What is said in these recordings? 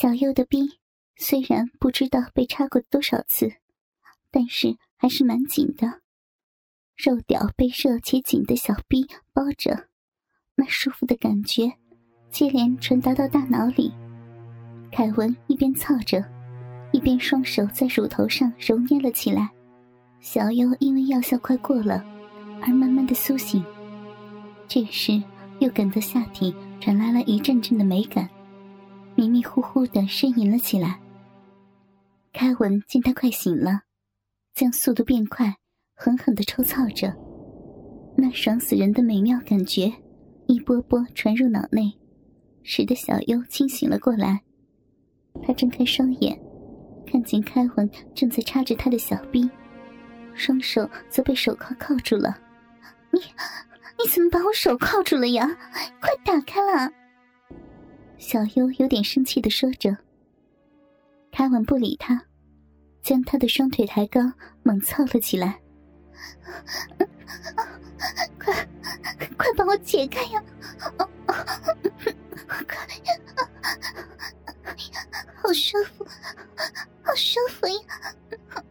小优的逼虽然不知道被插过多少次，但是还是蛮紧的。肉屌被热且紧的小逼包着，那舒服的感觉接连传达到大脑里。凯文一边操着，一边双手在乳头上揉捏了起来。小优因为药效快过了而慢慢的苏醒，这时又感到下体传来了一阵阵的美感，迷迷糊糊地呻吟了起来。凯文见他快醒了，将速度变快，狠狠地抽操着。那爽死人的美妙感觉一波波传入脑内，使得小优清醒了过来。他睁开双眼，看见凯文正在插着他的小臂，双手则被手铐铐住了。你怎么把我手铐住了呀？快打开啦！小优有点生气地说着。凯文不理他，将他的双腿抬高，猛操了起来。快把我解开呀！快！好舒服，好舒服呀！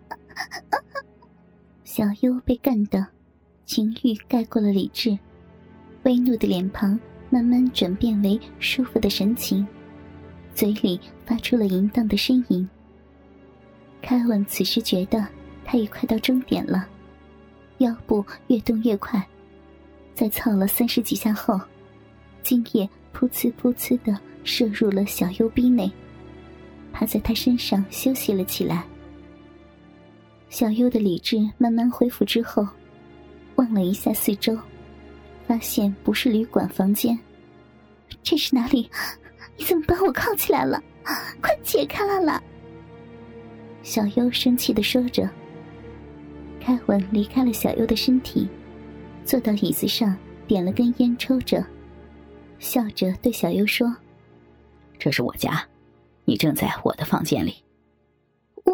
小优被干的情欲盖过了理智，微怒的脸庞慢慢转变为舒服的神情，嘴里发出了淫荡的呻吟。凯文此时觉得他已快到终点了，腰部越动越快，在操了30几下后，精液噗呲噗呲地射入了小优逼内，趴在他身上休息了起来。小优的理智慢慢恢复之后，望了一下四周，发现不是旅馆房间。这是哪里？你怎么把我铐起来了？快解开了啦！小优生气地说着。凯文离开了小优的身体，坐到椅子上点了根烟抽着，笑着对小优说： 这是我家，你正在我的房间里。 我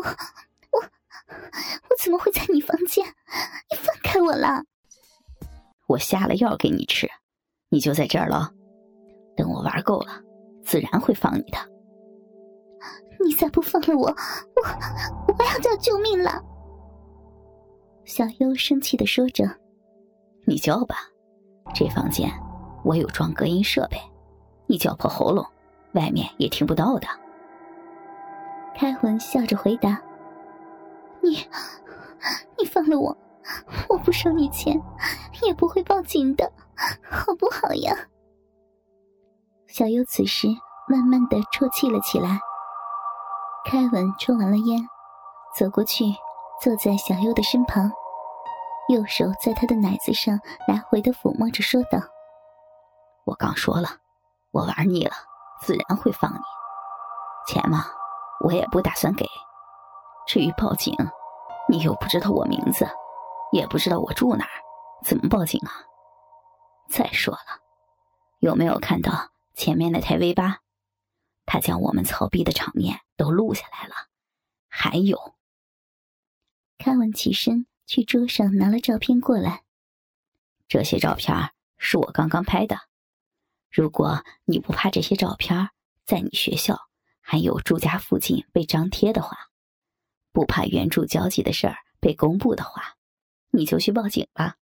怎么会在你房间？你放开我啦！ 我下了药给你吃，你就在这儿了。等我玩够了，自然会放你的。 你再不放了我要叫救命了！小优生气地说着。 你叫吧，这房间我有装隔音设备，你叫破喉咙，外面也听不到的。 凯文笑着回答。你放了我不收你钱，也不会报警的，好不好呀？小优此时慢慢地啜泣了起来。凯文抽完了烟，走过去坐在小优的身旁，右手在她的奶子上来回地抚摸着说道： 我刚说了，我玩腻了，自然会放你。钱嘛，我也不打算给。至于报警，你又不知道我名字，也不知道我住哪儿，怎么报警啊？再说了，有没有看到前面那台 V8？ 他将我们操逼的场面都录下来了。还有， 凯文起身去桌上拿了照片过来。 这些照片是我刚刚拍的，如果你不怕这些照片在你学校还有住家附近被张贴的话，不怕援助交际的事儿被公布的话，你就去报警吧。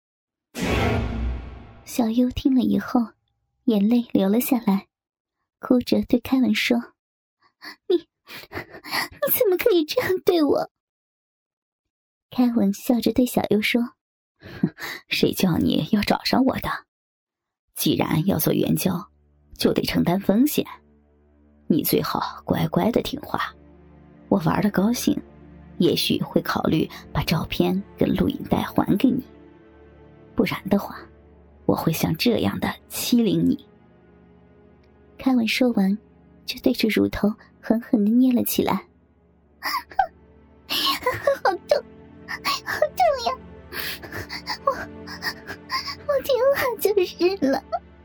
小优听了以后，眼泪流了下来，哭着对凯文说：你怎么可以这样对我？凯文笑着对小优说： 谁叫你要找上我的？既然要做援交，就得承担风险。你最好乖乖的听话，我玩得高兴，也许会考虑把照片跟录影带还给你，不然的话，我会像这样的欺凌你。 凯文说完，就对着乳头狠狠地捏了起来。好痛，好痛呀！我听话就是了。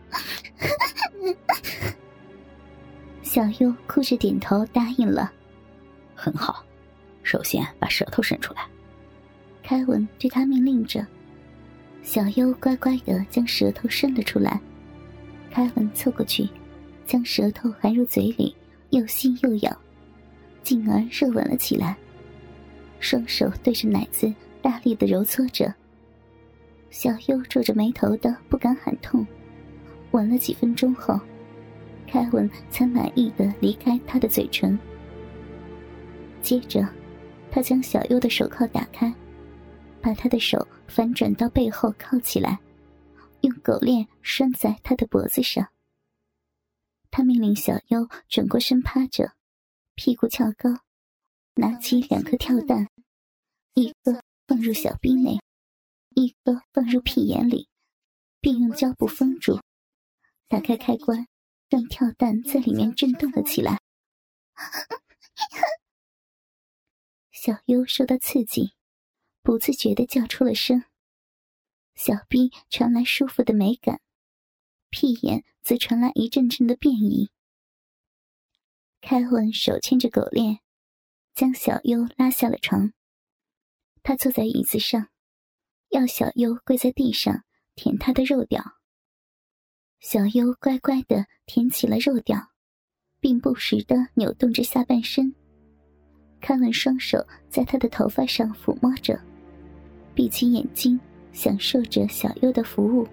小优哭着点头答应了。 很好，首先把舌头伸出来。 凯文对他命令着。小优乖乖地将舌头伸了出来。凯文凑过去，将舌头含入嘴里， 又吸又咬，进而热吻了起来，双手对着奶子大力地揉搓着。小优皱着眉头的不敢喊痛，吻了几分钟后，凯文才满意地离开他的嘴唇。接着他将小优的手铐打开，把他的手反转到背后铐起来，用狗链拴在他的脖子上。他命令小优转过身趴着，屁股翘高，拿起2颗跳蛋，一个放入小逼内，一个放入屁眼里，并用胶布封住，打开开关，让跳蛋在里面震动了起来。小优受到刺激，不自觉地叫出了声，小逼传来舒服的美感，屁眼则传来一阵阵的变异。凯文手牵着狗链，将小优拉下了床。他坐在椅子上，要小优跪在地上舔他的肉屌。小优乖乖地舔起了肉屌，并不时地扭动着下半身。凯文双手在他的头发上抚摸着，闭起眼睛享受着小优的服务。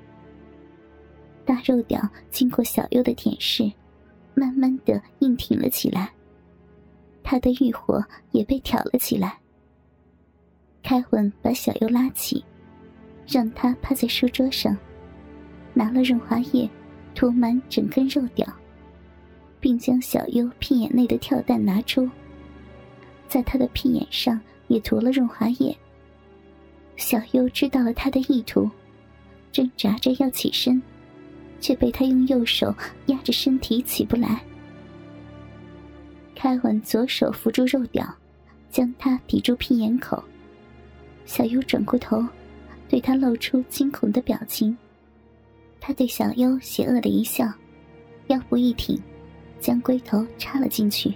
大肉屌经过小优的舔舐，慢慢地硬挺了起来，他的欲火也被挑了起来。凯文把小优拉起，让他趴在书桌上，拿了润滑液涂满整根肉屌，并将小优屁眼内的跳蛋拿出，在他的屁眼上也涂了润滑液。小优知道了他的意图，挣扎着要起身，却被他用右手压着身体起不来。凯文左手扶住肉屌，将他抵住屁眼口。小优转过头，对他露出惊恐的表情。他对小优邪恶的一笑，腰部一挺，将龟头插了进去。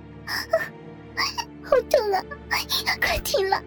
好痛啊，快停了。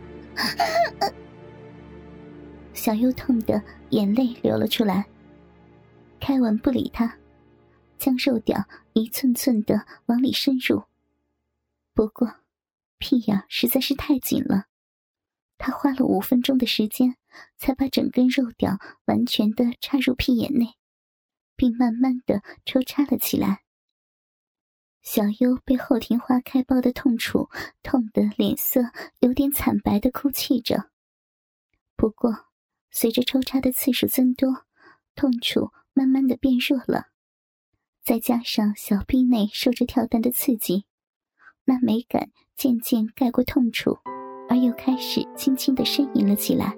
小优痛得眼泪流了出来。凯文不理他，将肉屌一寸寸地往里深入。不过屁眼实在是太紧了，他花了5分钟的时间才把整根肉屌完全地插入屁眼内，并慢慢地抽插了起来。小优被后庭花开包的痛楚痛得脸色有点惨白地哭泣着。不过随着抽插的次数增多，痛楚慢慢地变弱了，再加上小臂内受着跳蛋的刺激，那美感渐渐盖过痛楚，而又开始轻轻地呻吟了起来。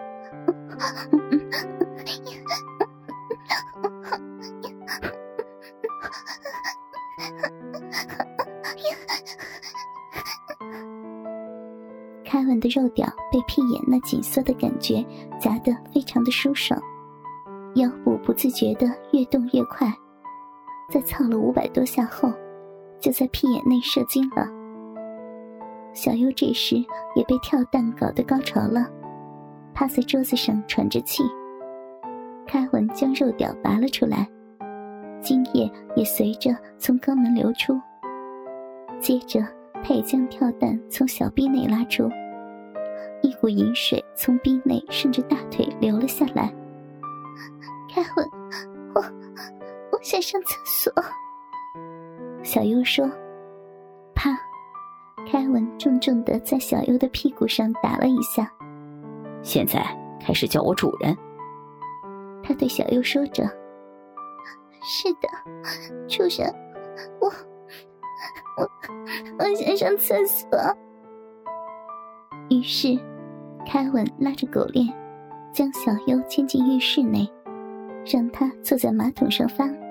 凯文的肉屌被屁眼那紧缩的感觉夹得非常的舒爽，腰部不自觉地越动越快，在操了500多下后，就在屁眼内射精了。小优这时也被跳蛋搞得高潮了，趴在桌子上喘着气。凯文将肉屌拔了出来，精液也随着从肛门流出，接着他也将跳蛋从小臂内拉出，一股淫水从臂内顺着大腿流了下来。凯文，我想上厕所。小优说。啪，凯文重重地在小优的屁股上打了一下。 现在开始叫我主人。 他对小优说着。是的，主人，我想上厕所。于是凯文拉着狗链将小优牵进浴室内，让他坐在马桶上发